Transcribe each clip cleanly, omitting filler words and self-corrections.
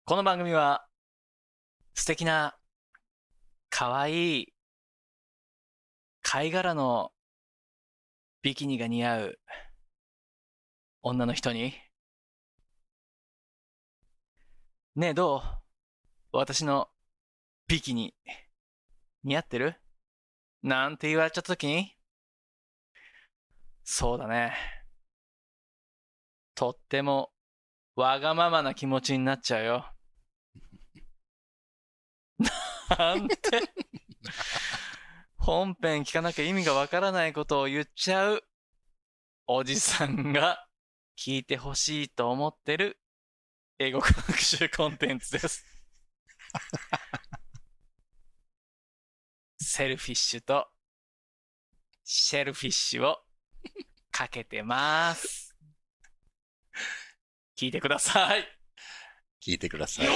この番組は素敵な可愛い貝殻のビキニが似合う女の人に、ねえどう？私のビキニ似合ってる？なんて言われちゃった時に、そうだね、とってもわがままな気持ちになっちゃうよ。なんて本編聞かなきゃ意味がわからないことを言っちゃうおじさんが聞いてほしいと思ってる英語学習コンテンツです。セルフィッシュとシェルフィッシュをかけてます。聞いてください。 聞いてください。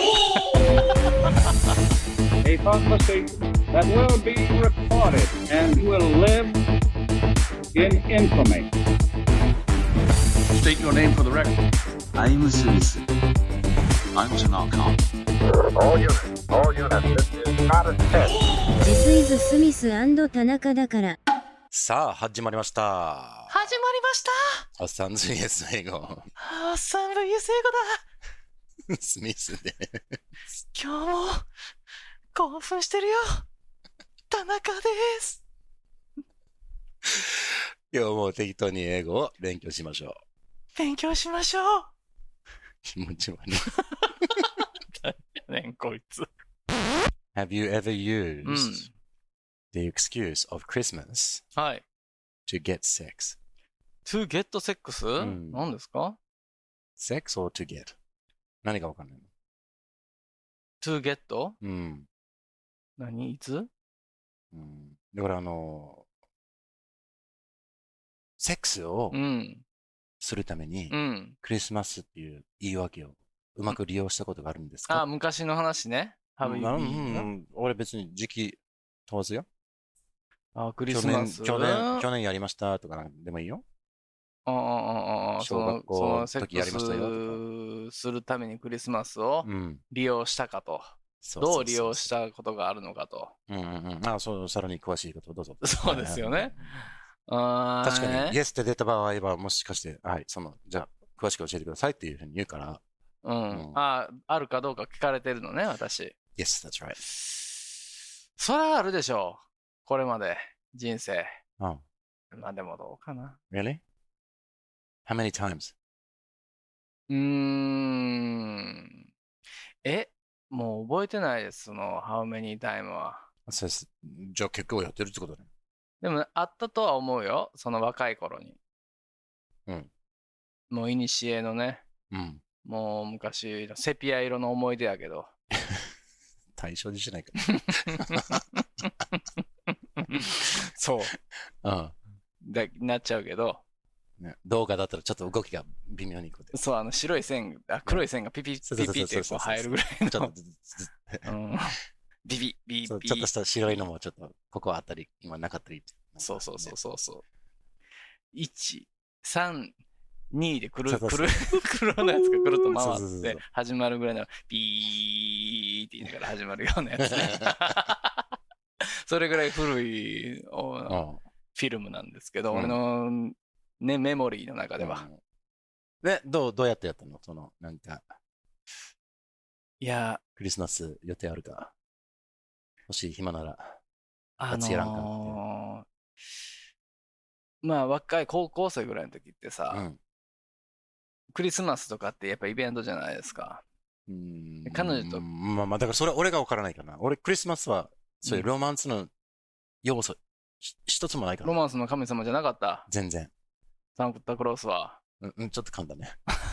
A conversation that will be recorded and will live in infamy. State your name for the record. I'm Smith. I'm Tanaka. All units, this is not a test. This is スミス&田中だから。 さあ、始まりました。 始まりました。 おっさん VS 英語。 おっさん VS 英語だ。 スミスで。 今日も興奮してるよ。田中です。 今日も適当に英語を勉強しましょう。 勉強しましょう。 気持ち悪い。 ねんこいつ。 Have you ever used the excuse of Christmas はい。 to get sex? to get sex？何ですか？ Sex or to get? 何かわかんない。 to get？ うん。 何？いつ？ だからセックスをするために、クリスマスっていう言い訳をうまく利用したことがあるんですか？ あ、昔の話ね。 俺別に時期問わずよ。 あ、クリスマス。 去年やりましたとかでもいいよ。小学校の時やりましたよとか。 するためにクリスマスを利用したかと。どう利用したことがあるのかと。 あ、そう、さらに詳しいことどうぞ。 そうですよね。 確かに、イエスって出た場合は、もしかして、はい、じゃあ、詳しく教えてくださいっていうふうに言うから。 あるかどうか聞かれてるのね、私。 Yes, that's right. それはあるでしょう。これまで、人生。まあでもどうかな。 Really? How many times? もう覚えてないです、how many time は。 じゃあ結構やってるってことね。 でも、あったとは思うよ、その若い頃に。もういにしえのね。もう昔のセピア色の思い出やけど。 対象じゃないか。 そう。なっちゃうけど。 動画だったらちょっと動きが微妙にこう。 そう、白い線、黒い線がピピピピってこう入るぐらいの。ちょっとビビビビ。 ちょっとした白いのもちょっとここあったり今なかったり。 そう。1、3、2で黒のやつがくると回って始まるぐらいのビーって言いながら始まるようなやつね。それぐらい古いフィルムなんですけど、俺のね、メモリーの中では。 で、どうやってやったの？なんか。 いや。 クリスマス予定あるか？もし暇なら。やらんかって。 まあ、若い高校生ぐらいの時ってさ、クリスマスとかってやっぱイベントじゃないですか。彼女と。 まあ、だからそれ俺が分からないかな。俺、クリスマスは、そういうロマンスの要素、一つもないから。 ロマンスの神様じゃなかった？ 全然。 サンタクロースは。 ちょっと噛んだね。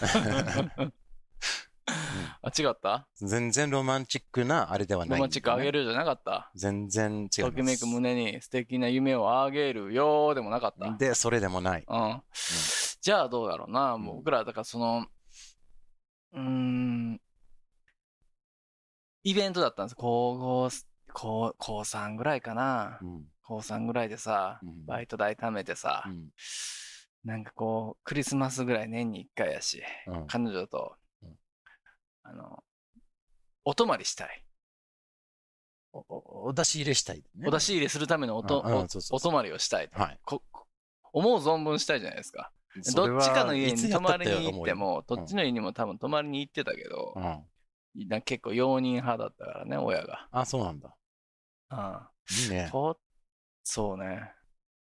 違った？ 全然ロマンチックなあれではない、 ロマンチックあげるじゃなかった？ 全然違う。 ときめく胸に素敵な夢をあげるよでもなかった？ で、それでもない。 じゃあどうだろうな。もう僕らだからイベントだったんです。高3ぐらいかな。高3ぐらいでさ、バイト代貯めてさ、なんかこう、クリスマスぐらい年に1回やし、彼女と、 お泊まりしたい。 お出し入れしたい、 ね。お出し入れするためのお泊まりをしたい。はい。思う存分したいじゃないですか。どっちかの家に泊まりに行っても、どっちの家にも多分泊まりに行ってたけど、結構容認派だったからね、親が。 あ、そうなんだ。いいね。 そうね。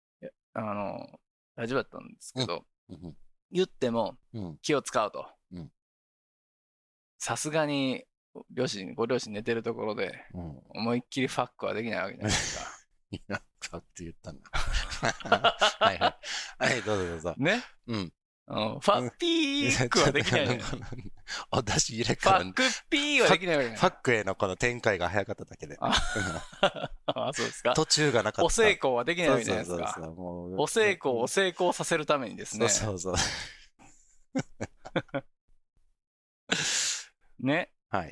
大丈夫だったんですけど、言っても気を使うと。さすがにご両親寝てるところで、思いっきりファックはできないわけじゃないですか。 いや、ファックって言ったんだ。はいはい。はい、どうぞどうぞ。 ね。ファッピークはできないね。 お出し入れから。 ファックピーはできないわけね。 ファックへのこの展開が早かっただけで。 そうですか。 途中がなかった。 お成功はできないわけじゃないですか。お成功を成功させるためにですね。 そう。 ね。 はい。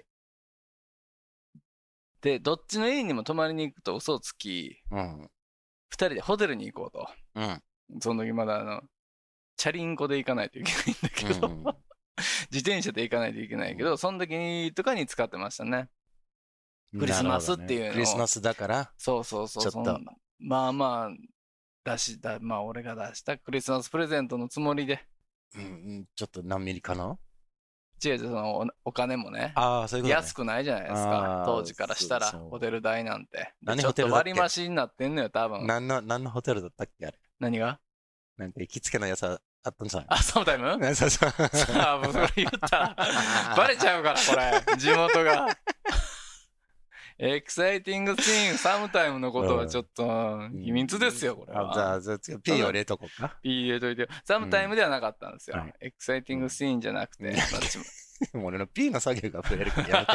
で、どっちの家にも泊まりに行くと嘘をつき、二人でホテルに行こうと。その時まだチャリンコで行かないといけないんだけど、自転車で行かないといけないけど、その時にとかに使ってましたね。クリスマスっていうのを。 クリスマスだから。 そう。ちょっとまあ俺が出したクリスマスプレゼントのつもりで。 ちょっと何ミリかな？ 違う、お金もね、 そういうことね、 安くないじゃないですか、当時からしたら、ホテル代なんて。 何ちょっと割増しになってんのよ、多分。 何のホテルだったっけ、あれ。 何が？ なんか行きつけのやつあったんじゃない？ サムタイム？ そう。 それ言ったら、バレちゃうから、これ、地元が。エキサイティングシーン、サムタイムのことはちょっと秘密ですよ、これは。 じゃあ、P を入れとこうか。 P 入れといてよ。サムタイムではなかったんですよ。エキサイティングシーンじゃなくて、 俺の P の作業が増えるからやめて。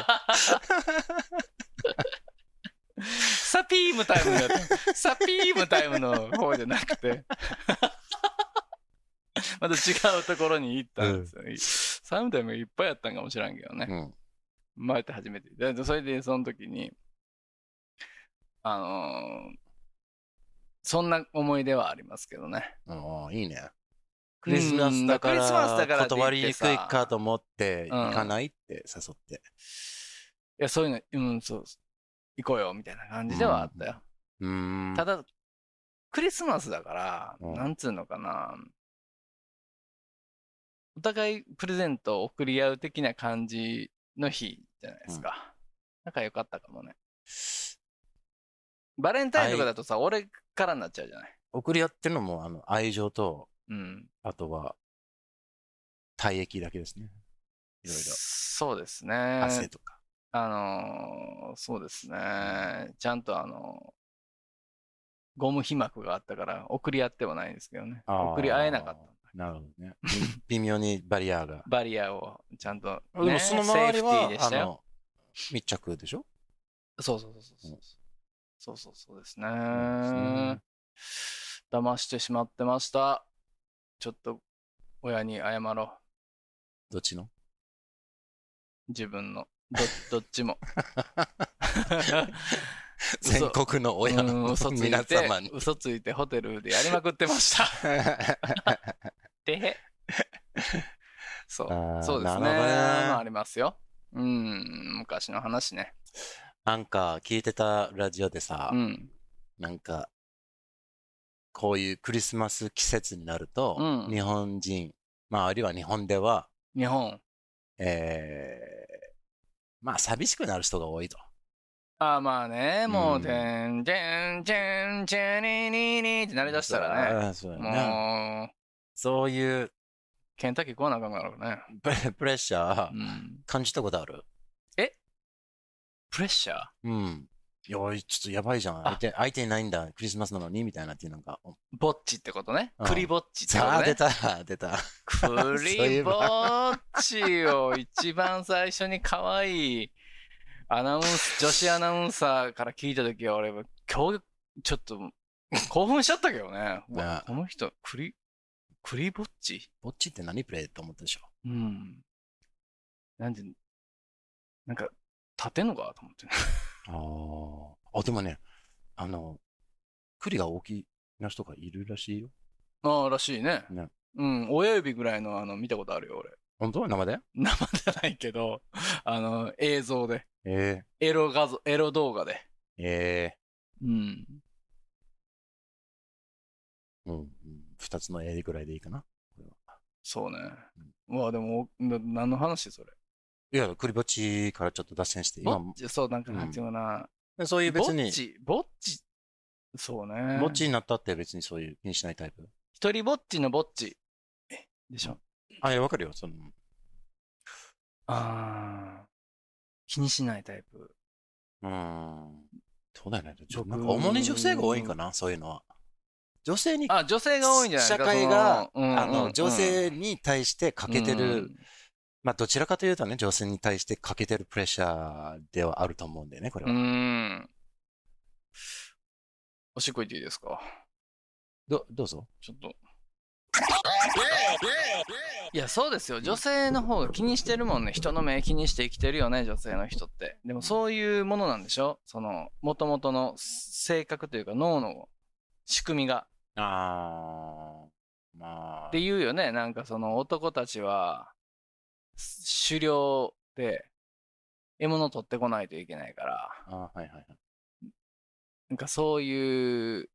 サピームタイムだった。サピームタイムの方じゃなくて。また違うところに行ったんですよ。サムタイムいっぱいやったんかもしれんけどね。前って初めて。それでその時に、そんな思い出はありますけどね。 いいね。クリスマスだから断りにくいかと思って行かないって誘って。 いや、そういうの、そう行こうよみたいな感じではあったよ。ただ、クリスマスだから、なんつうのかな。お互いプレゼントを贈り合う的な感じの日じゃないですか。仲良かったかもね。バレンタインとかだとさ、俺からになっちゃうじゃない。 贈り合ってるのも、愛情と、あとは、体液だけですね。いろいろ。 そうですね。 汗とか。 そうですね。ちゃんとゴム被膜があったから、送り合ってはないんですけどね。送り合えなかった。 なるほどね。微妙にバリアが。 バリアをちゃんと、 でもその周りは、密着でしょ？ そうですね。騙してしまってました。ちょっと、親に謝ろう。 どっちの？ 自分の。どっちも。 全国の親の皆様に。 嘘ついてホテルでやりまくってました。そうですね。ありますよ。昔の話ね。 なんか聞いてたラジオでさ、なんかこういうクリスマス季節になると、日本人、あるいは日本では、まあ寂しくなる人が多いと。 まあね、もう、てん、てん、てん、てん、にににって鳴り出したらね。もう、 そういう、 ケンタッキー食わなあかんからね。 プレッシャー、感じたことある？ プレッシャー？ いや、ちょっとやばいじゃん。相手いないんだ。クリスマスなのにみたいなっていうのが。 ぼっちってことね。クリぼっちってことね。 出た。 クリぼっちを一番最初に可愛い女子アナウンサーから聞いたときは俺は今日ちょっと興奮しちゃったけどね。この人、クリぼっち？ ぼっちって何プレイと思ったでしょ？ なんか、立てんのかと思って。 でもね、栗が大きな人がいるらしいよ。 らしいね。親指ぐらいの見たことあるよ、俺。 本当？生で？ 生じゃないけど、映像で。エロ動画で。うん。 2つの A ぐらいでいいかな。 そうね。うわ、でも、何の話それ？ いや、クリぼっちからちょっと脱線して、今。 そう、なんか、なんていうかな。 そういう別に。 ぼっち、そうね。 ぼっちになったって別にそういう気にしないタイプ？ 一人ぼっちのぼっち。でしょ？ いや、わかるよ。 気にしないタイプ。 そうだよね。なんか主に女性が多いんかな、そういうのは。女性に。 女性が多いんじゃないですか。 社会が、女性に対してかけてる、まあ、どちらかというとね、女性に対してかけてるプレッシャーではあると思うんだよね、これは。 おしっこ行っていいですか？ どうぞ。 ちょっと。いや、そうですよ。女性の方が気にしてるもんね。人の目気にして生きてるよね、女性の人って。でもそういうものなんでしょ？元々の性格というか脳の仕組みが。 まあ。 って言うよね。なんか男たちは、狩猟で獲物を取ってこないといけないから。なんかそういう、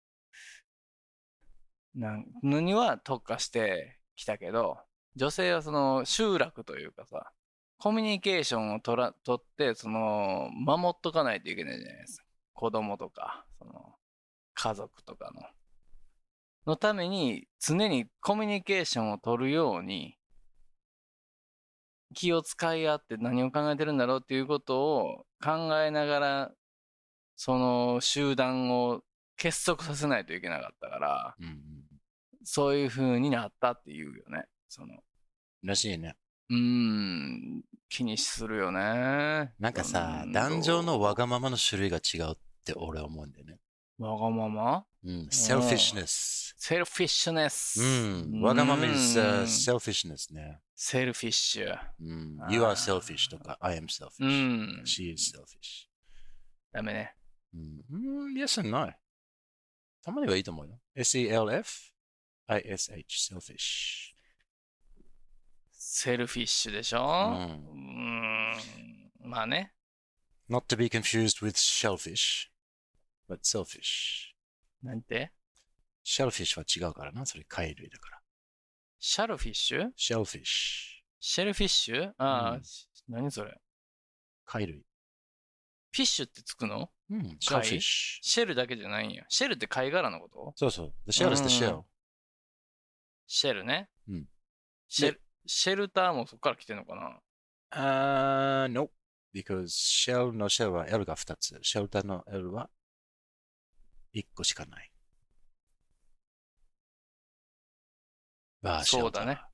のには特化してきたけど、女性は集落というかさ、コミュニケーションを取って、守っとかないといけないじゃないですか。子供とか、家族とかのために、常にコミュニケーションを取るように、気を使い合って何を考えてるんだろうっていうことを考えながら、集団を結束させないといけなかったから、そういう風になったっていうよね。 らしいね。 気にするよね。 なんかさ、男女のわがままの種類が違うって俺は思うんだよね。 わがまま ？selfishness。 selfishness。 わがまま is selfishness ね。 selfish。 You are selfish とか、I am selfish。She is selfish。 ダメね。 Yes and no。たまにはいいと思うよ。self-ish、selfish。 セルフィッシュでしょ？まあね。 Not to be confused with shellfish, but selfish. なんて？ shellfish は違うからな。それ貝類だから。 シャルフィッシュ？ shellfish。 シェルフィッシュ？何それ？ 貝類。 フィッシュってつくの？ シェルフィッシュ。シェルだけじゃないんや。シェルって貝殻のこと？ そうそう。The shell is the shell。 シェルね。シェルターもそこから来てんのかな ？No. Because shell の shell は L が2つ。シェルターの L は1個しかない。 そうだね。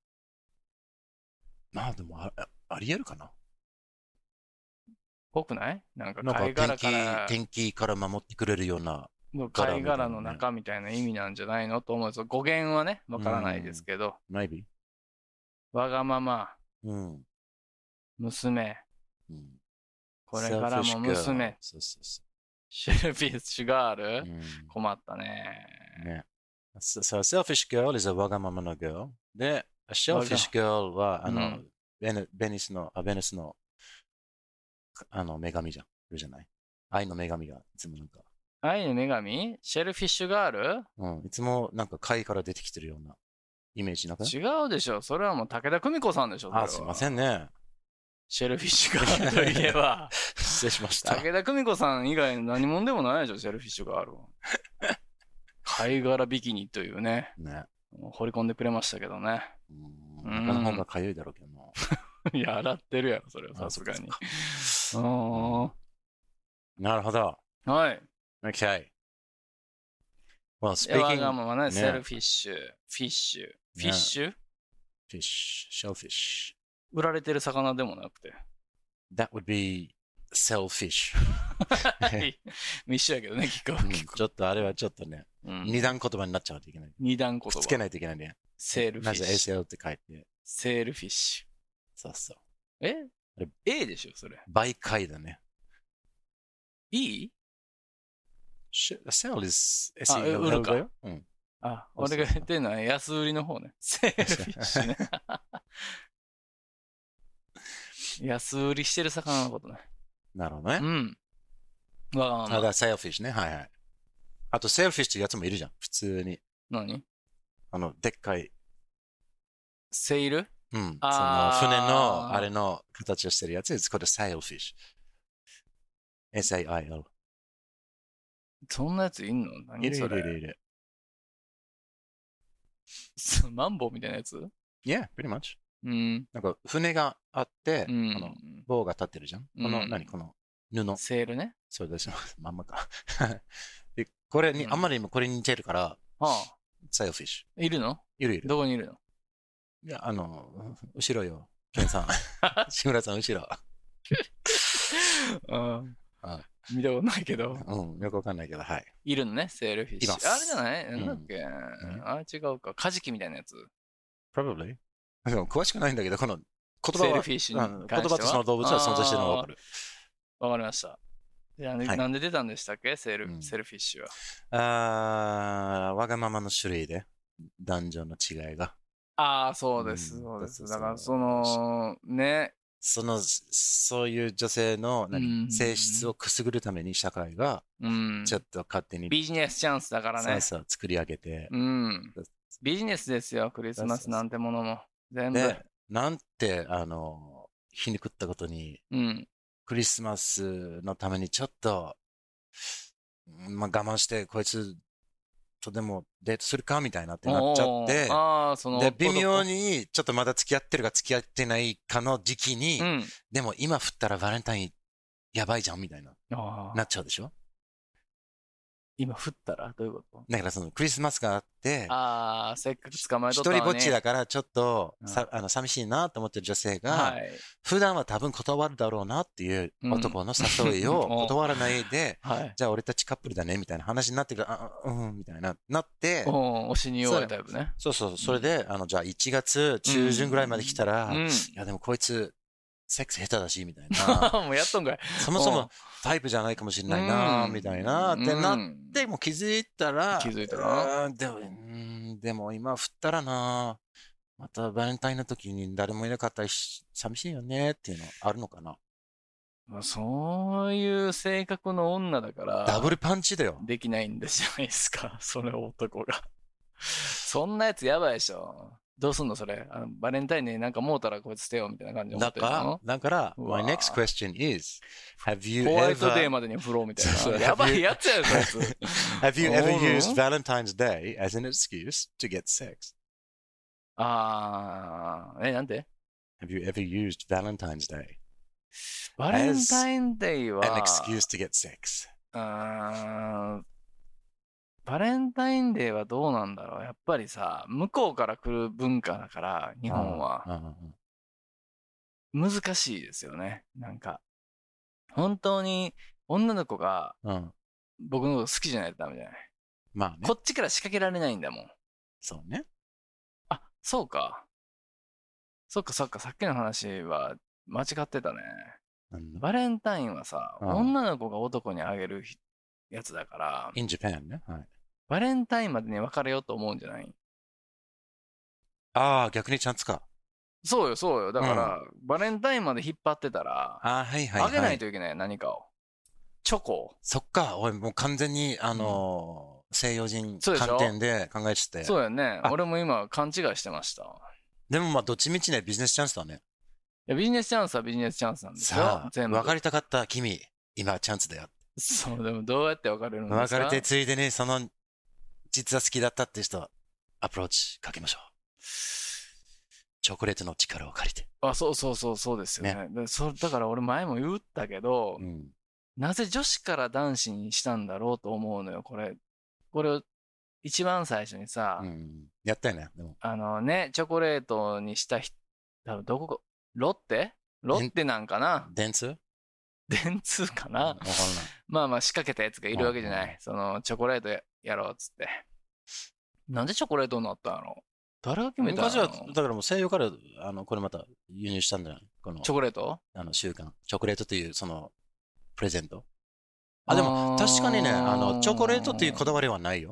まあでもありえるかな？ ぽくない？なんか貝殻から天気から守ってくれるような貝殻の中みたいな意味なんじゃないのと思うんですよ。語源はね、わからないですけど。 Maybe。 わがまま。娘。これからも娘。シェルフィッシュガール？困ったね。 So, a selfish girl is a わがままの girl. で、a shellfish girl は、ベニスの女神じゃない？愛の女神がいつもなんか。 愛の女神？シェルフィッシュガール？ いつもなんか貝から出てきてるようなイメージなくない？ 違うでしょ。それはもう武田久美子さんでしょ。 すいませんね。 シェルフィッシュガールといえば。 失礼しました。 武田久美子さん以外何者でもないでしょ、シェルフィッシュガールは。貝殻ビキニというね。掘り込んでくれましたけどね。 中の方がかゆいだろうけどな。 いや、洗ってるやろ、それはさすがに。 なるほど。 はい。 Okay. Well, わがままね、セルフィッシュ、フィッシュ、フィッシュ？ フィッシュ、shellfish。 売られてる魚でもなくて。 That would be selfish。 一緒やけどね、聞く。 ちょっとあれはちょっとね、二段言葉になっちゃうといけない。 二段言葉。 つけないといけないね。 セールフィッシュ。 まず ACL って書いて。 セールフィッシュ。 そうそう。 A でしょ、それ。 媒介だね。 いい？ Sell is 売るか。 あ、俺が言ってるのは安売りの方ね。セールフィッシュね。安売りしてる魚のことね。 なるほどね。 うん。わがまま。 だセールフィッシュね。はいはい。あと、セールフィッシュってやつもいるじゃん。普通に。 何？ でっかい。 セイル？ うん。その、船の、あれの形をしてるやつ。It's called a sailfish. S-A-I-L。 そんなやついんの？何それ？ いる。 マンボウみたいなやつ？ Yeah, pretty much. うん。 なんか、船があって、 うん、 この棒が立ってるじゃん。この、この布。 セールね。 そうです。まんまか。で、これに、あんまりこれに似てるから、サイルフィッシュ。いるの？ いる。 どこにいるの？ いや、後ろよ。ケンさん。志村さん、後ろ。 見たことないけど。 うん、よくわかんないけど、はい。 いるのね、セールフィッシュ。あれじゃない？なんだっけ？あれ違うか。カジキみたいなやつ。 Probably。でも詳しくないんだけど、この言葉は、 セールフィッシュに言葉とその動物は存在してるのがわかる。 わかりました。なんで出たんでしたっけ？セールフィッシュは。わがままの種類で、男女の違いが。 ああ、そうです。だから、ね。 そういう女性の性質をくすぐるために社会が、ちょっと勝手に。 ビジネスチャンスだからね。 そう、作り上げて。 ビジネスですよ、クリスマスなんてものも。全部。 なんて、皮肉ったことに、クリスマスのためにちょっと、まあ、我慢して、こいつとでもデートするかみたいなってなっちゃって、で、微妙にちょっとまだ付き合ってるか付き合ってないかの時期に、でも今振ったらバレンタインやばいじゃんみたいな、なっちゃうでしょ？ 今降ったらどういうこと？ だからそのクリスマスがあって、 せっかく捕まえとったのに。 一人ぼっちだからちょっと寂しいなと思ってる女性が、普段は多分断るだろうなっていう男の誘いを断らないで、じゃあ俺たちカップルだねみたいな話になってくる、みたいな、なって、 推しに弱いタイプね。 そう、それで、じゃあ1月中旬ぐらいまで来たら、いやでもこいつ、セックス下手だし、みたいな。 もうやっとんかい。 そもそもタイプじゃないかもしれないな、みたいな。ってなって、もう気づいたら、でも今振ったらな、またバレンタインの時に誰もいなかったり寂しいよねっていうのあるのかな。 そういう性格の女だから。 ダブルパンチだよ。 できないんじゃないですか、それ男が。そんなやつやばいでしょ。どうすんのそれ？バレンタインになんかもうたらこいつ捨てようみたいな感じで思ってるの？ だから、my next question is, have you ever... ホワイトデーまでに振ろうみたいな。やばいやつやろ、こいつ。 Have you ever used Valentine's Day as an excuse to get sex? なんで？ Have you ever used Valentine's Day? バレンタインデーは an excuse to get sex. バレンタインデーはどうなんだろう。やっぱりさ、向こうから来る文化だから、日本は。難しいですよね。なんか、本当に女の子が僕のこと好きじゃないとダメじゃない。 まあね。 こっちから仕掛けられないんだもん。 そうね。 そうか。そっか、さっきの話は間違ってたね。バレンタインはさ、女の子が男にあげるやつだから。 in Japan ね。はい。 バレンタインまでに別れようと思うんじゃない？ 逆にチャンスか。 そうよ。だから、バレンタインまで引っ張ってたら、あげないといけない、何かを。チョコを。 そっか、俺もう完全に、西洋人観点で考えてて。 そうやね。俺も今勘違いしてました。 でもまあ、どっちみちね、ビジネスチャンスだね。 いや、ビジネスチャンスはビジネスチャンスなんですよ。全部。 別れたかった君、今チャンスだよ。 そう、でもどうやって別れるんですか？ 別れて、ついでに、実は好きだったって人、アプローチかけましょう。チョコレートの力を借りて。 そうですよね。だから俺前も言ったけど、なぜ女子から男子にしたんだろうと思うのよ、これを一番最初にさ、 やったよね、でも。 チョコレートにした人、多分どこか、ロッテなんかな？ 電通かな？わかんない。まあ仕掛けたやつがいるわけじゃない。チョコレートやろうっつって。なんでチョコレートになったの？誰が決めたの？ 昔は、だからもう西洋からこれまた輸入したんだよ。このチョコレート？ 習慣。チョコレートというプレゼント。でも確かにね、チョコレートっていうこだわりはないよ。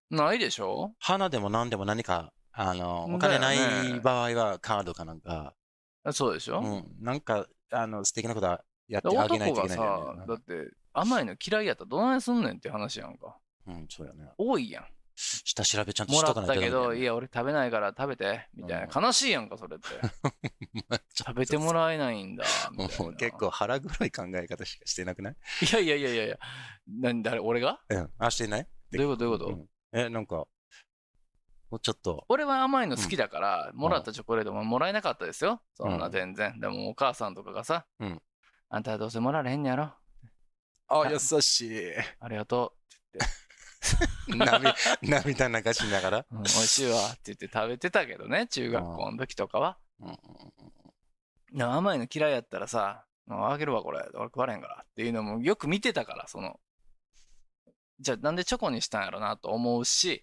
ないでしょ？ 花でも何でも何か、お金ない場合はカードかなんか。 そうでしょ？ なんか、素敵なことはやってあげないといけないんだよね。 男がさ、だって甘いの嫌いやったらどないすんねんって話やんか。 そうやね。 多いやん。 下調べちゃんともらっしとかないとたけど、いや、俺食べないから食べて、みたいな。悲しいやんか、それって。食べてもらえないんだ、みたいな。 結構腹黒い考え方しかしてなくない？ いやいやいやいやいや。誰、俺が？ してないどういうことなんか、もうちょっと。 俺は甘いの好きだから、もらったチョコレートももらえなかったですよ。そんな全然。でもお母さんとかがさ、あんたはどうせもらえへんやろ。 あ、優しい。 ありがとうって言って。 涙流しながら、 美味しいわって言って食べてたけどね、中学校の時とかは。甘いの嫌いやったらさ、あげるわこれ、俺食われへんからっていうのもよく見てたから、じゃあなんでチョコにしたんやろなと思うし、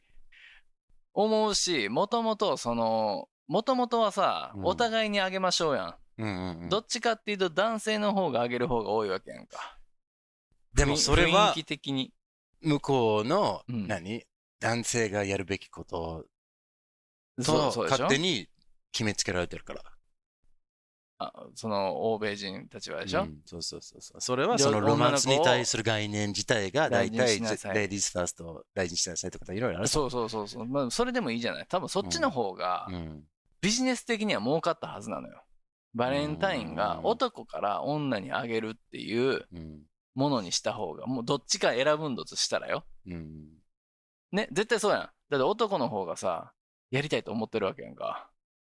もともとはさ、お互いにあげましょうやん。どっちかっていうと男性の方があげる方が多いわけやんか。 でもそれは、 雰囲気的に。 向こうの、男性がやるべきことと勝手に決めつけられてるから。 欧米人たちはでしょ？ そう。それはそのロマンスに対する概念自体が大体レディースファースト大事にしなさいとかいろいろある。 そう。まあ、それでもいいじゃない。多分そっちの方がビジネス的には儲かったはずなのよ。バレンタインが男から女にあげるっていうものにした方が、もうどっちか選ぶんだとしたらよ。ね、絶対そうやん。だって男の方がさ、やりたいと思ってるわけやんか。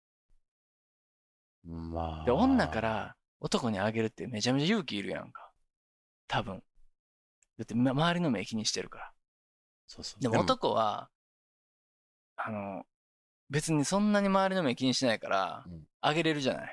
で、女から男にあげるってめちゃめちゃ勇気いるやんか。多分。だって周りの目気にしてるから。でも男は、別にそんなに周りの目気にしないから、あげれるじゃない。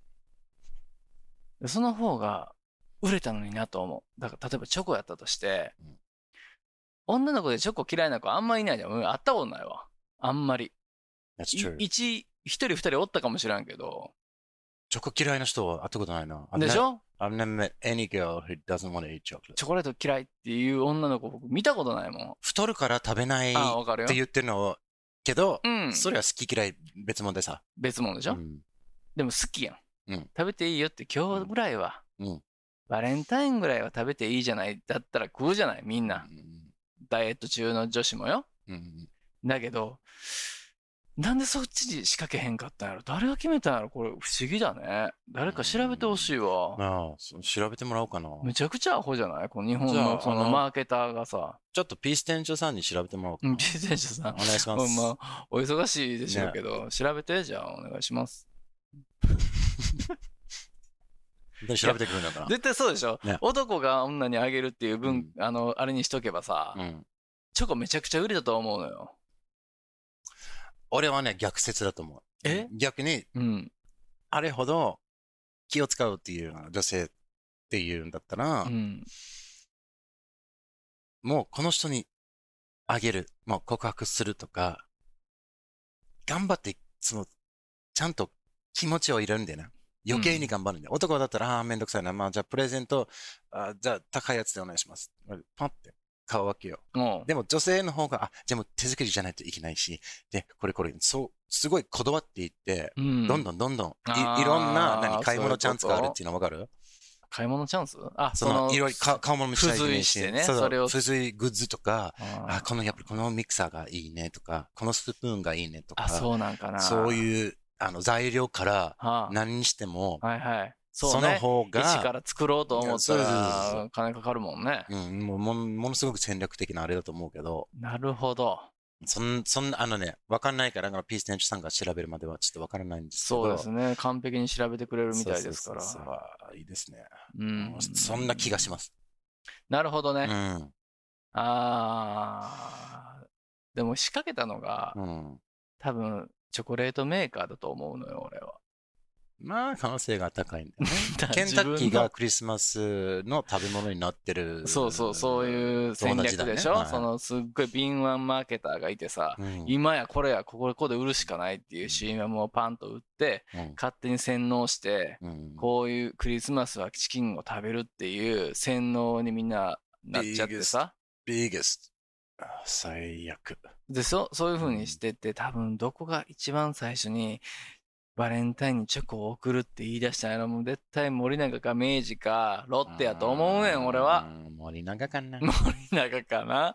その方が売れたのになと思う。だから例えばチョコやったとして、女の子でチョコ嫌いな子あんまいないじゃん。会ったことないわ。あんまり。一人二人おったかもしれんけど。 チョコ嫌いな人は会ったことないな。 でしょ？ I've never met any girl who doesn't want to eat chocolate. チョコレート嫌いっていう女の子僕見たことないもん。 太るから食べないって言ってるのけど、それは好き嫌い別物でさ。 別物でしょ？でも好きやん。食べていいよって今日ぐらいは。バレンタインぐらいは食べていいじゃない。だったら食うじゃないみんな。ダイエット中の女子もよ。だけど、なんでそっちに仕掛けへんかったんやろ？誰が決めたんやろ？これ不思議だね。誰か調べてほしいわ。 調べてもらおうかな。 めちゃくちゃアホじゃない？この日本のそのマーケターがさ。 ちょっとピース店長さんに調べてもらおうかな。 ピース店長さん。 お願いします。 まあ、お忙しいでしょうけど、調べて、じゃあお願いします。 調べてくるんだから。 絶対そうでしょ？男が女にあげるっていう分、あれにしとけばさ、チョコめちゃくちゃ売れたと思うのよ。 俺はね、逆説だと思う。逆に、あれほど気を使うっていう女性っていうんだったら、もうこの人にあげる、もう告白するとか、頑張って、ちゃんと気持ちを入れるんだよな。余計に頑張るんだよ。男だったら、めんどくさいな。じゃあプレゼント、じゃあ高いやつでお願いします。パンって買うわけよ。でも女性の方が、じゃあもう手作りじゃないといけないし、で、これ、すごいこだわっていって、どんどん、いろんな、買い物チャンスがあるっていうのわかる？ 買い物チャンス？ いろいろ買うものもしないといけないし、付随グッズとか、やっぱりこのミキサーがいいねとか、このスプーンがいいねとか、 そうなんかな。 そういう、材料から何にしても、その方が、 一から作ろうと思ったら金かかるもんね。 ものすごく戦略的なあれだと思うけど。 なるほど。 そんな、わかんないから、ピース店長さんが調べるまではちょっとわからないんですけど。 そうですね。完璧に調べてくれるみたいですから。 いいですね。そんな気がします。 なるほどね。でも仕掛けたのが、多分、チョコレートメーカーだと思うのよ、俺は。 まあ、可能性が高いんだよね。ケンタッキーがクリスマスの食べ物になってる。 そういう戦略でしょ？すっごい敏腕マーケターがいてさ、今やこれやここで売るしかないっていう CM をパンと売って、勝手に洗脳して、こういうクリスマスはチキンを食べるっていう洗脳にみんななっちゃってさ。 biggest 最悪。 で、そういう風にしてて、多分どこが一番最初にバレンタインにチョコを送るって言い出したんやろ。もう絶対森永か明治かロッテやと思うねん、俺は。 森永かな。 森永かな。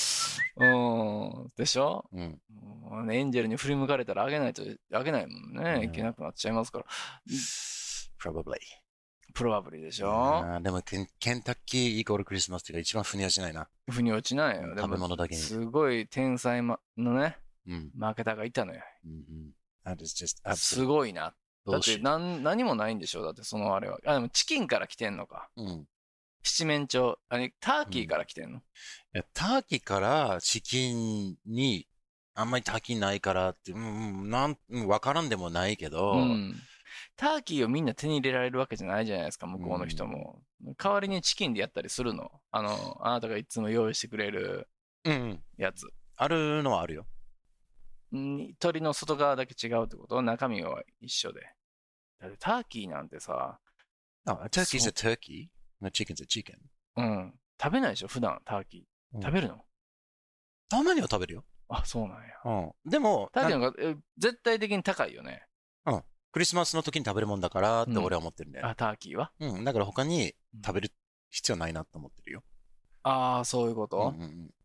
でしょ、エンジェルに振り向かれたらあげないもんね。いけなくなっちゃいますから。Probably でしょ。 でもケンタッキーイコールクリスマスっていうか一番腑に落ちないな。 腑に落ちないよ。 食べ物だけに。 すごい天才のね、マーケターがいたのよ。すごいな。だって何もないんでしょ。だってそのあれは。でもチキンから来てんのか。七面鳥。ターキーから来てんの？ ターキーからチキンにあんまりターキーないからって、わからんでもないけど、 ターキーをみんな手に入れられるわけじゃないじゃないですか、向こうの人も。代わりにチキンでやったりするの。あなたがいつも用意してくれるやつ。 あるのはあるよ。 鳥の外側だけ違うってこと？中身は一緒で。だってターキーなんてさ。 Turkey is a turkey. No, chicken's a chicken. 食べないでしょ、普段ターキー。食べるの？ たまには食べるよ。 あ、そうなんや。 でも、 ターキーの方が絶対的に高いよね。 クリスマスの時に食べるもんだからって俺は思ってるんだよ。 ターキーは？ だから他に食べる必要ないなと思ってるよ。 そういうこと？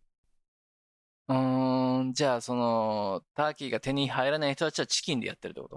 じゃあターキーが手に入らない人たちはチキンでやってるってこと？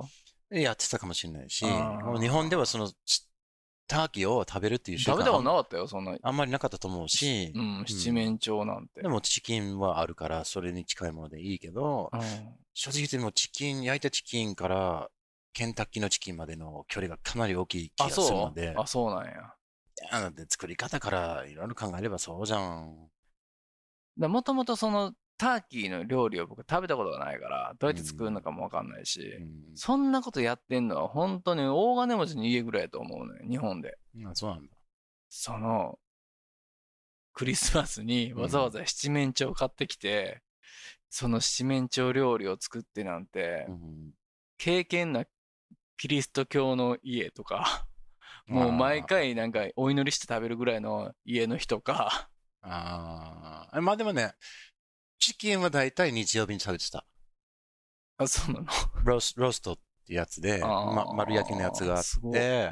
やってたかもしれないし、もう日本ではターキーを食べるっていう習慣食べたことなかったよ、そんな。 あんまりなかったと思うし。 七面鳥なんて。 でもチキンはあるから、それに近いものでいいけど、正直言っても焼いたチキンからケンタッキーのチキンまでの距離がかなり大きい気がするので。 そうなんや。 作り方からいろいろ考えればそうじゃん。 もともとターキーの料理を僕食べたことがないから、どうやって作るのかもわかんないし、そんなことやってんのは本当に大金持ちの家ぐらいだと思うね、日本で。 そうなんだ。 クリスマスにわざわざ七面鳥を買ってきて、その七面鳥料理を作ってなんて、敬虔なキリスト教の家とか、もう毎回なんかお祈りして食べるぐらいの家の人か。 まあでもね、チキンはだいたい日曜日に食べてた。 そうなの？ ローストってやつで、丸焼きのやつがあって、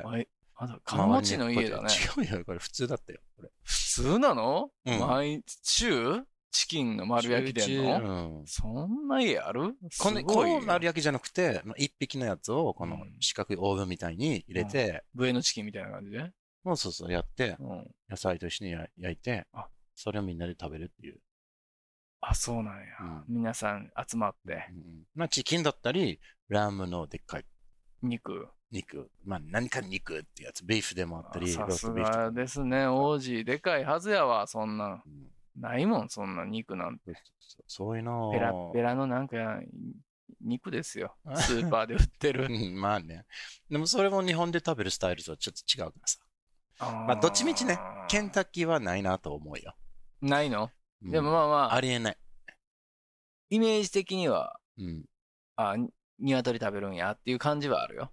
金持ちの家だね。 違うよ、これ普通だったよ。これ普通なの？毎週チキンの丸焼きでんの？そんな家ある？ この丸焼きじゃなくて、一匹のやつをこの四角いオーブンみたいに入れて、 上のチキンみたいな感じで？ そうやって、野菜と一緒に焼いて、それをみんなで食べるっていう。 そうなんや。皆さん集まって。 チキンだったり、ラムのでっかい肉。 何か肉ってやつ、ビーフでもあったり、 さすがですね、王子。でかいはずやわ、そんな。ないもん、そんな肉なんて。 そういうのペラペラのなんか、肉ですよ。スーパーで売ってる。 まあね。でもそれも日本で食べるスタイルとはちょっと違うからさ。どっちみちね、ケンタッキーはないなと思うよ。 ないの？でもありえない。 イメージ的には、鶏食べるんやっていう感じはあるよ。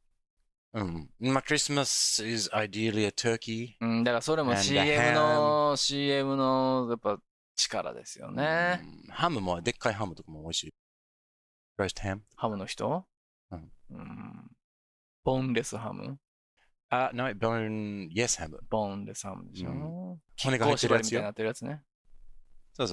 Christmas is ideally a turkey. だからそれも CM のやっぱ力ですよね。 ハムも、でっかいハムとかも美味しい。Roast ham? ハムの人？ボンレスハム ？No, yes ham. ボンレスハムでしょ。 骨が入ってるやつよ。 みたいになってるやつね。 そう。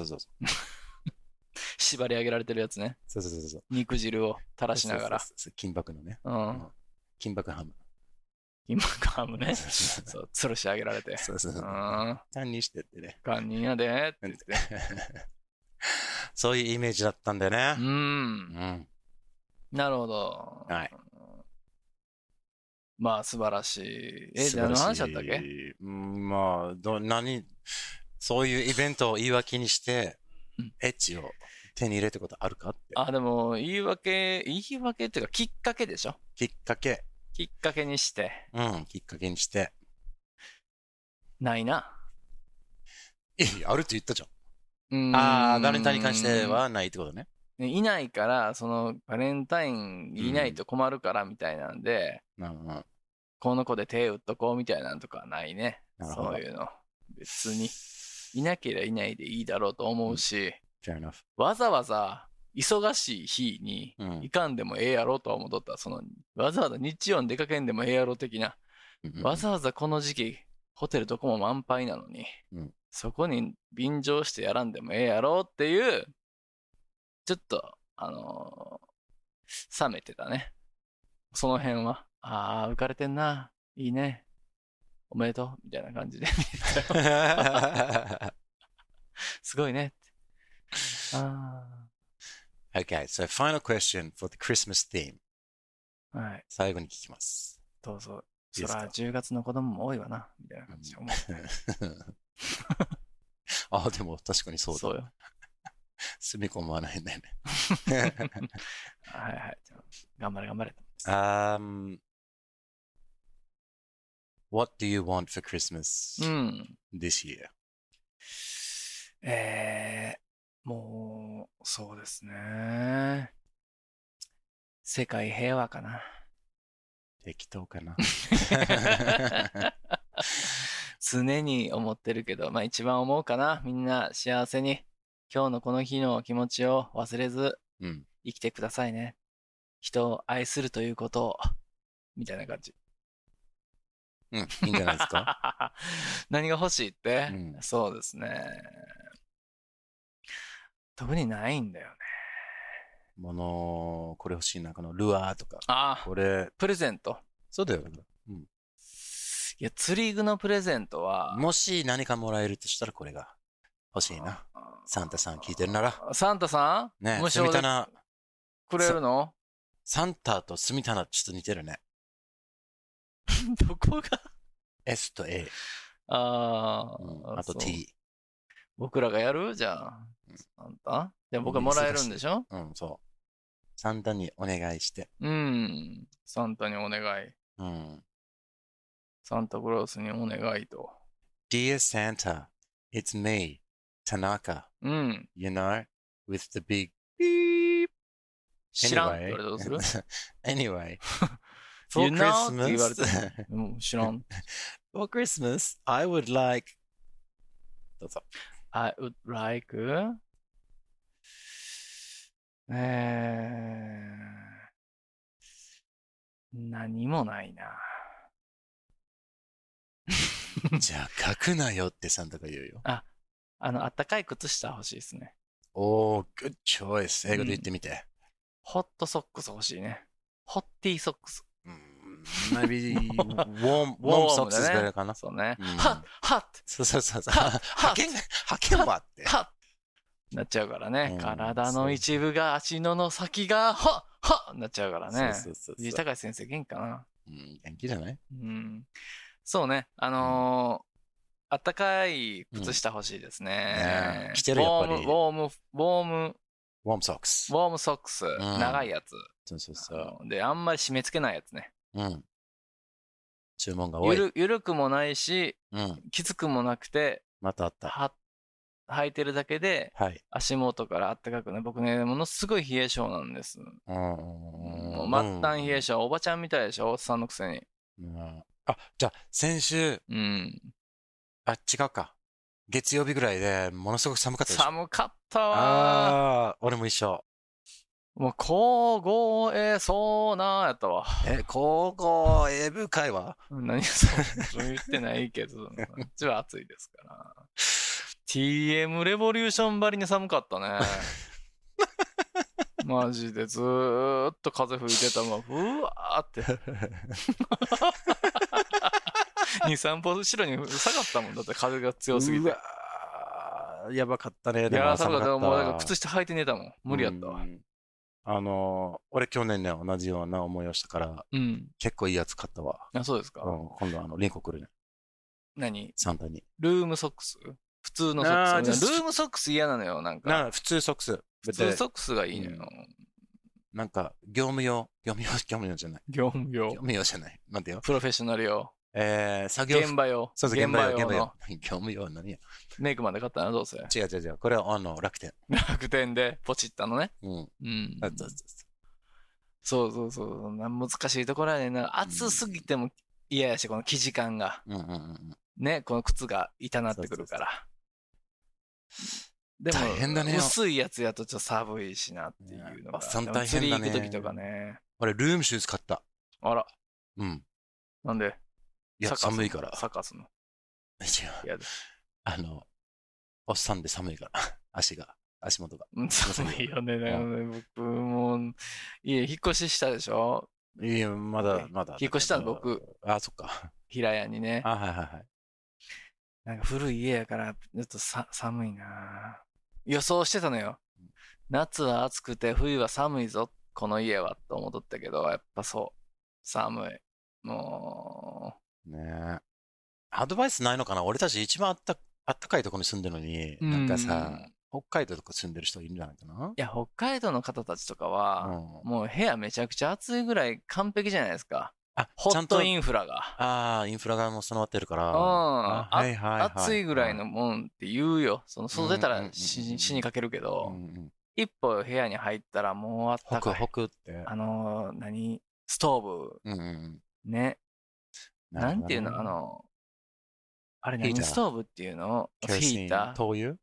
縛り上げられてるやつね。 そう。 肉汁を垂らしながら。 金箔のね。金箔ハム。 金箔ハムね。そう、吊るし上げられて。 そう。堪忍してってね。 堪忍やでって言って。 そういうイメージだったんだよね。 なるほど。 はい。 まあ、素晴らしい。何の話だったっけ？ そういうイベントを言い訳にして、エッジを手に入れたことあるかって。 でも、言い訳っていうか、きっかけでしょ？ きっかけにして。 きっかけにして。 ないな。 あるって言ったじゃん。バレンタインに関してはないってことね。 いないから、バレンタインいないと困るからみたいなんで、この子で手打っとこうみたいなんとかはないね。そういうの。別に。 いなければいないでいいだろうと思うし、 Fair enough. わざわざ忙しい日に行かんでもええやろとは思っとった。わざわざ日曜に出かけんでもええやろ的な。わざわざこの時期、ホテルどこも満杯なのに、そこに便乗してやらんでもええやろっていう、ちょっと、冷めてたね。その辺は。ああ、浮かれてんな。いいね。おめでとう。みたいな感じで見てたよ。すごいね。 Okay, so final question for the Christmas theme. はい。 最後に聞きます。 どうぞ。そら10月の子供も多いわな。みたいな感じで思う。 ああ、でも確かにそうだ。 そうよ。 住み込まないんだよね。 はいはい。頑張れ頑張れ。 What do you want for Christmas this year? もう、そうですね。世界平和かな。 適当かな。 常に思ってるけど、まあ一番思うかな。みんな幸せに、今日のこの日の気持ちを忘れず、生きてくださいね。人を愛するということを、みたいな感じ。 いいんじゃないですか。 何が欲しいって、そうですね。特にないんだよね。 これ欲しいな、このルアーとか。これ。 プレゼント。 そうだよ。 いや、釣り具のプレゼントは。 もし何かもらえるとしたらこれが欲しいな。サンタさん聞いてるなら。 サンタさんね、住棚。 くれるの？ サンタと住棚ちょっと似てるね。 どこが？ S と A。 あと T。 僕らがやる？じゃあ。サンタ？じゃあ僕はもらえるんでしょ？ そう。サンタにお願いして。 サンタにお願い。サンタクロースにお願いと。 Dear Santa, it's me, Tanaka. You know, with the big beep. 知らんって言われたらどうする？ Anyway, for Christmas, 言われて知らん。 For Christmas, I would like. どうぞ。 I would like. 何もないな。 じゃあ書くなよってサンタが言うよ。 あったかい靴下欲しいですね。 good choice. 英語で言ってみて。 ホットソックス欲しいね。ホッティーソックス。 maybe warm socks is better かな。 そうね。はっそう。はけんわって。 なっちゃうからね。体の一部が足の先がはっなっちゃうからね。藤高先生元気かな？ 元気じゃない？ そうね。あったかい靴下欲しいですね。 着てるやっぱり。 ウォームソックス。 長いやつ。 そう。 で、あんまり締め付けないやつね。 注文が多い。 ゆるくもないし、きつくもなくて、 またあった。 履いてるだけで、足元からあったかくね。僕ね、ものすごい冷え性なんです。末端冷え性。おばちゃんみたいでしょ？おっさんのくせに。 じゃあ、先週、違うか。月曜日ぐらいでものすごく寒かったでしょ？ 寒かったわ。 俺も一緒。 もう、凍えそうなやったわ。 凍え深いわ。 何そう言ってないけど、こっちは暑いですから。TM レボリューションばりに寒かったね。マジでずーっと風吹いてたもん。うわーって。2、3歩後ろに下がったもんだって風が強すぎて。 やばかったね。 いや、寒かった。もうだから靴下履いて寝たもん。無理やったわ。 俺去年ね、同じような思いをしたから、結構いいやつ買ったわ。 そうですか。 今度リンコ来るね。 何？ サンタに。 ルームソックス？普通のソックス。ルームソックス嫌なのよ、なんか。 普通ソックス。 普通ソックスがいいのよ。 なんか、業務用じゃない。 業務用じゃない。なんてよ。 プロフェッショナル用。 作業。 現場用。 そう、現場用。業務用何や。 メイクまで買ったのどうせ。 違う。これは楽天。 楽天でポチったのね。そう。難しいところやねんな。暑すぎても嫌やし、この生地感が。ね、この靴が痛なってくるから。 でも大変だね。 薄いやつやとちょっと寒いしなっていうのが。 おっさん大変だね。 釣り行くときとかね。 俺、ルームシューズ買った。 あら。 うん。 なんでいや、寒いから。 サカスの。 違う。おっさんで寒いから。足元が。 寒いよね。僕も、引っ越ししたでしょ？ いや、まだ。 引っ越したの僕。 あ、そっか。 平屋にね。 はい。 なんか古い家やから、ちょっと寒いな。予想してたのよ。夏は暑くて冬は寒いぞ、この家は、と思っとったけど、やっぱそう。寒い。もう。ねえ。アドバイスないのかな？俺たち一番あったかいところに住んでるのに、なんかさ、北海道とか住んでる人いるんじゃないかな？ いや、北海道の方たちとかは、もう部屋めちゃくちゃ暑いぐらい完璧じゃないですか。ホットインフラが。 インフラがもう備わってるから。 暑いぐらいのもんって言うよ。外出たら死にかけるけど、一歩部屋に入ったらもうあったかい。 ホクって。 ストーブ。ね。なんていうのあれ何ストーブっていうの？ヒーター？ 灯油？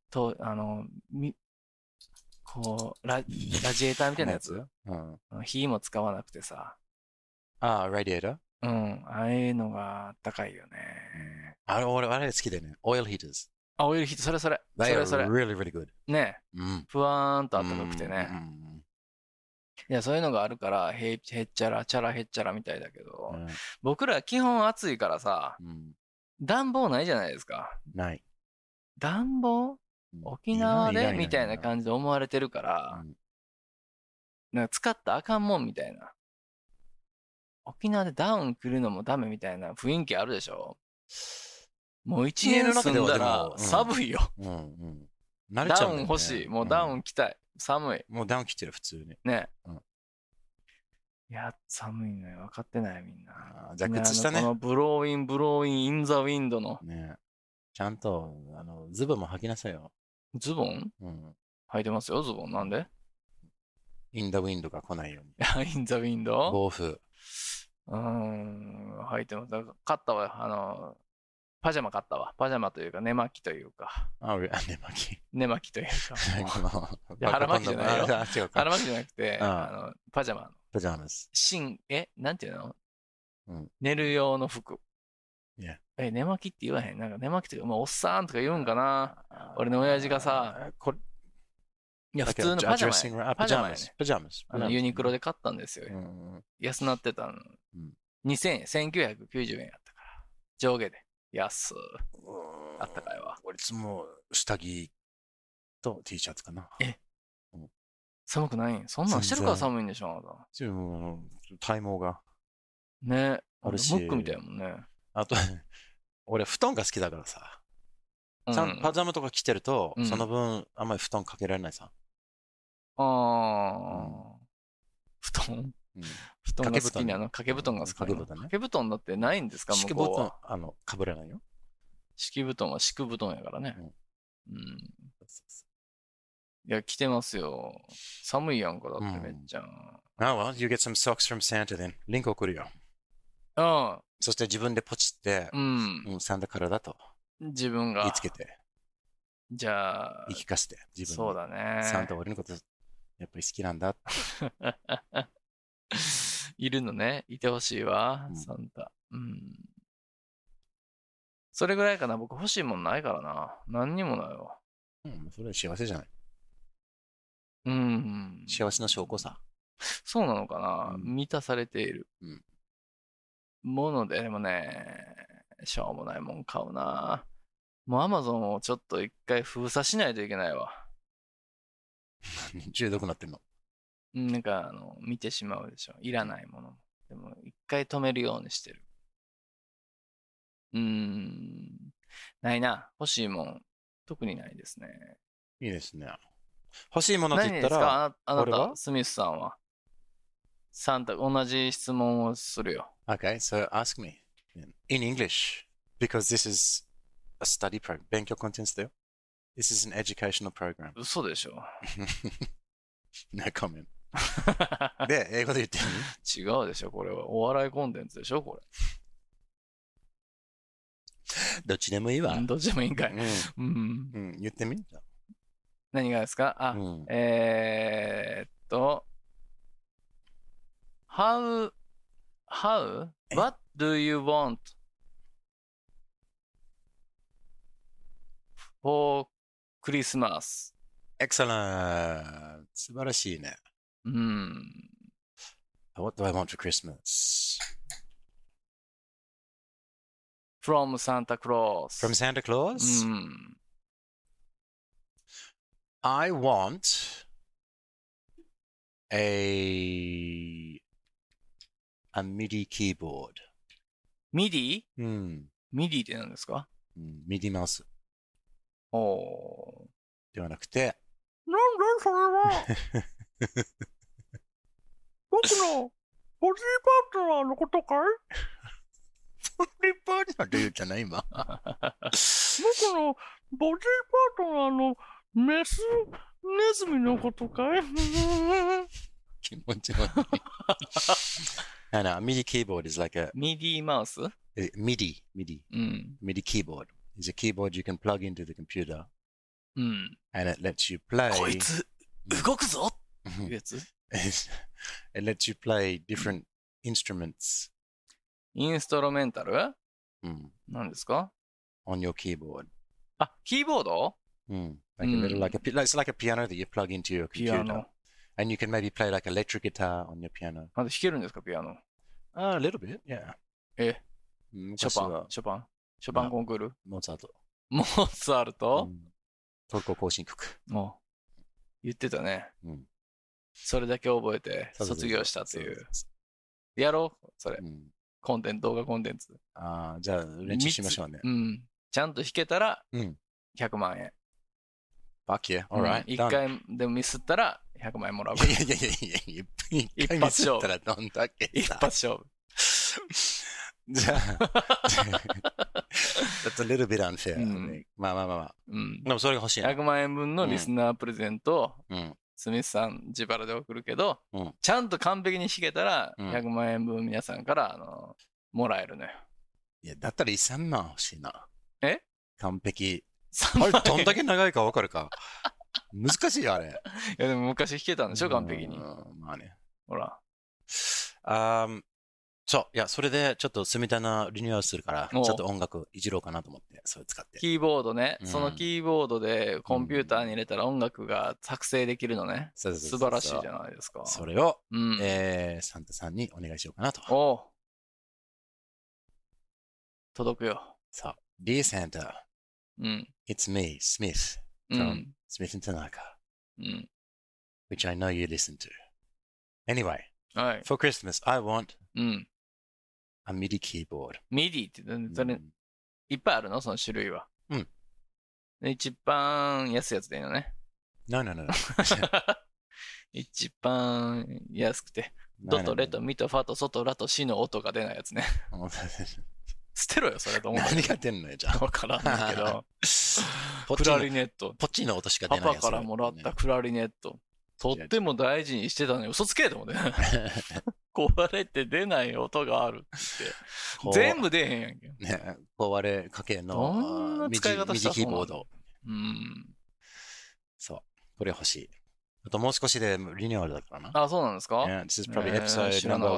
こう、ラジエーターみたいなやつ？火も使わなくてさ。 ラディエーター？ ああいうのがあったかいよね。 俺好きだよね。オイルヒーターズ。 オイルヒーター、それ。 それ。really, really good. ね。ふわーんとあったかくてね。いや、そういうのがあるから、へっちゃらみたいだけど、僕ら基本暑いからさ、暖房ないじゃないですか。 ない。 暖房？沖縄でみたいな感じで思われてるから、なんか使ったらあかんもんみたいな。沖縄でダウン来るのもダメみたいな雰囲気あるでしょ？もう一年住んだら寒いよ。ダウン欲しい。もうダウン着たい。寒い。 もうダウン着てる、普通に。 ね。いや、寒いのよ。分かってない、みんな。 じゃあ、靴下ね。 このブローイン、インザウィンドの。 ね。ちゃんと、ズボンも履きなさいよ。 ズボン？履いてますよ、ズボン。なんで？ インザウィンドが来ないように。インザウィンド？ 暴風。 履いてます。買ったわ。パジャマ買ったわ。パジャマというか、寝巻きというか。寝巻きというか。腹巻きじゃないよ。腹巻きじゃなくて、パジャマの。 パジャマス。 なんていうの？寝る用の服。寝巻きって言わへん。なんか寝巻きというか、おっさんとか言うんかな。俺の親父がさ、いや、普通のパジャマや。パジャマ。ユニクロで買ったんですよ。安なってたの。2000円、1990円やったから。上下で。安。あったかいわ。 俺いつも下着と T シャツかな。 寒くないん？そんなんしてるから寒いんでしょ、あなた。体毛が。 ね。あれ、ムックみたいもんね。 あと、俺布団が好きだからさ。パジャマとか着てると、その分あんまり布団かけられないさ。 布団？布団が好きなの？掛け布団が好きなの？掛け布団だってないんですか？ 敷布団、かぶれないよ。 敷布団は敷布団やからね。いや、着てますよ。寒いやんか、だってめっちゃ。 well, you get some socks from Santa then. リンク送るよ。そして自分でポチって、サンタからだと。 自分が。 言いつけて。 じゃあ。 言い聞かせて、自分そうだね。 サンタ俺のことやっぱり好きなんだ。 いるのね。いてほしいわ、サンタ。それぐらいかな。僕欲しいもんないからな。何にもないわ。 それは幸せじゃない。幸せの証拠さ。 そうなのかな。満たされている。ものでもね、しょうもないもん買うな。もうアマゾンをちょっと一回封鎖しないといけないわ。 中毒になってんの？ なんか見てしまうでしょ。いらないものも。でも一回止めるようにしてる。ないな。欲しいもん。特にないですね。 いいですね。欲しいものって言ったら、 何ですか？あなた、スミスさんは。サンタ、同じ質問をするよ。 Okay, so ask me in English, because this is a study program. 勉強コンテンツだよ。This is an educational program. 嘘でしょ。 No comment. で、英語で言ってみ？違うでしょ、これは。お笑いコンテンツでしょ、これ。 どっちでもいいわ。 どっちでもいいんかい。 言ってみ？ 何がですか？How What do you want for Christmas? Excellent! 素晴らしいね。What do I want for Christmas? From Santa Claus. From Santa Claus? I want a MIDI keyboard. MIDI? うん。 MIDI って何ですか？ MIDI マウス。ではなくて。 なんだそれは僕のボディーパートナーのことかい？ ボディーパートナーって言ったな、今。 僕のボディーパートナーのメスネズミのことかい？ 気持ち悪い。No, MIDI keyboard is like a MIDI mouse? MIDI. MIDI keyboard is a keyboard you can plug into the computer. And it lets you play. こいつ動くぞっていうやつ。 It lets you play different instruments. インストロメンタル？何ですか？ On your keyboard. あ、キーボード ？Like a little, it's like a piano that you plug into your computer. And you can maybe play like electric guitar on your piano. 弾けるんですか、ピアノ。 A little bit, yeah. ショパンコンクール？ モーツァルト。 モーツァルト？ トルコ行進曲。 言ってたね。それだけ覚えて卒業したっていう。やろうそれ。動画コンテンツ。 じゃあ練習しましょうね。 ちゃんと弾けたら100万円。 Fuck yeah, alright. 一回でもミスったら100万円もらう。 いや、一回ミスったらどんだけ一発勝負。 じゃあ、That's a little bit unfair. まあ。でもそれが欲しいな。 100万円分のリスナープレゼントを、スミスさん自腹で送るけど、ちゃんと完璧に弾けたら、100万円分皆さんから、もらえるのよ。 いや、だったら1000万欲しいな。完璧。 あれ、 どんだけ長いか分かるか。難しいよ、あれ。 いや、でも昔弾けたんでしょ、完璧に。 まあね。 ほら。 そう、いや、それでちょっと住みたいなリニューアルするから、ちょっと音楽いじろうかなと思って、それ使って。 キーボードね。そのキーボードでコンピューターに入れたら音楽が作成できるのね。素晴らしいじゃないですか。 それを、サンタさんにお願いしようかなと。届くよ。そう。Dear Santa、It's me, Smith, from Smith and Tanaka,、which I know you listen to. Anyway,、for Christmas, I want、a MIDI keyboard. ってそれ、いっぱいあるのその種類は。一番安いやつでいいのね。 No. 一番安くて、ドとレとミとファとソとラとシの音が出ないやつね。捨てろよ、それと思う。 何が出んのよ、じゃあ。 わからんけど。クラリネット。 ポッチの音しか出ないやつ。 パパからもらったクラリネット。とっても大事にしてたのに嘘つけと思って。壊れて出ない音があるって。全部出へんやんけ。 ね、壊れかけのミディキーボード。そう。これ欲しい。あともう少しでリニューアルだからな。 あ、そうなんですか？ Yeah, this is probably episode number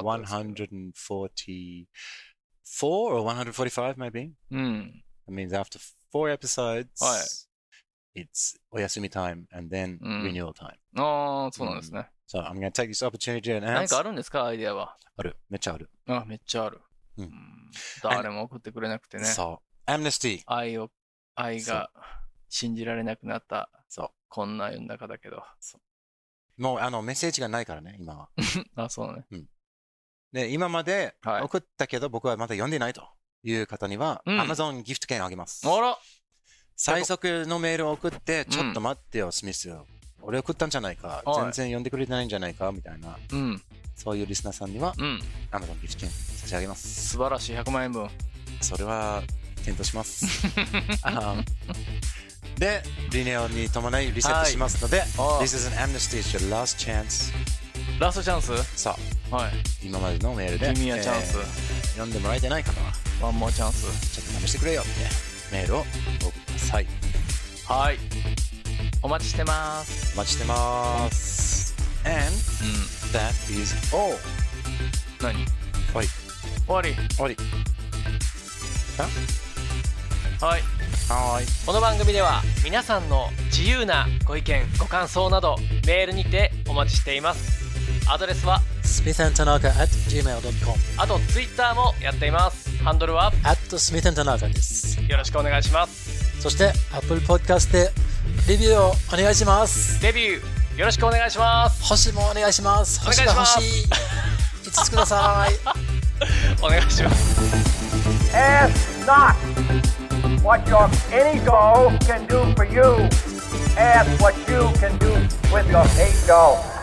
144 or 145 maybe. It means after 4 episodes, it's お休み time and then renewal time. ああ、そうなんですね。 So I'm going to take this opportunity and ask. 何かあるんですかアイディアは。 ある。めっちゃある。 あ、めっちゃある。誰も送ってくれなくてね。 そう。Amnesty。 愛が信じられなくなった。 そう。 こんな世の中だけど。 もうメッセージがないからね、今は。 あ、そうね。 で、今まで送ったけど僕はまだ読んでないという方には、Amazon ギフト券あげます。 あら最速のメールを送って、ちょっと待ってよ、スミスよ。俺送ったんじゃないか。全然読んでくれてないんじゃないかみたいな。そういうリスナーさんには、Amazon ギフト券差し上げます。 素晴らしい、100万円分。 それは、検討します。で、リニューアルに伴いリセットしますので、This is an amnesty, it's your last chance. ラストチャンス？ さあ、今までのメールで、 君はチャンス。 読んでもらえてない方は、 ワンモアチャンス。 ちょっと試してくれよってメールを送ってください。 はい。 お待ちしてます。 お待ちしてます。And that is all. 何？ 終わり。 終わり。 終わり。 はい。この番組では皆さんの自由なご意見ご感想などメールにてお待ちしています。アドレスは smithandtanaka@gmail.com。 あとツイッターもやっています。ハンドルは @smithandtanaka です。 よろしくお願いします。 そして Apple Podcast でレビューをお願いします。 レビューよろしくお願いします。 星もお願いします。 星が欲しい。 5つください。 お願いします。 Ask not what your ego can do for you. Ask what you can do with your ego.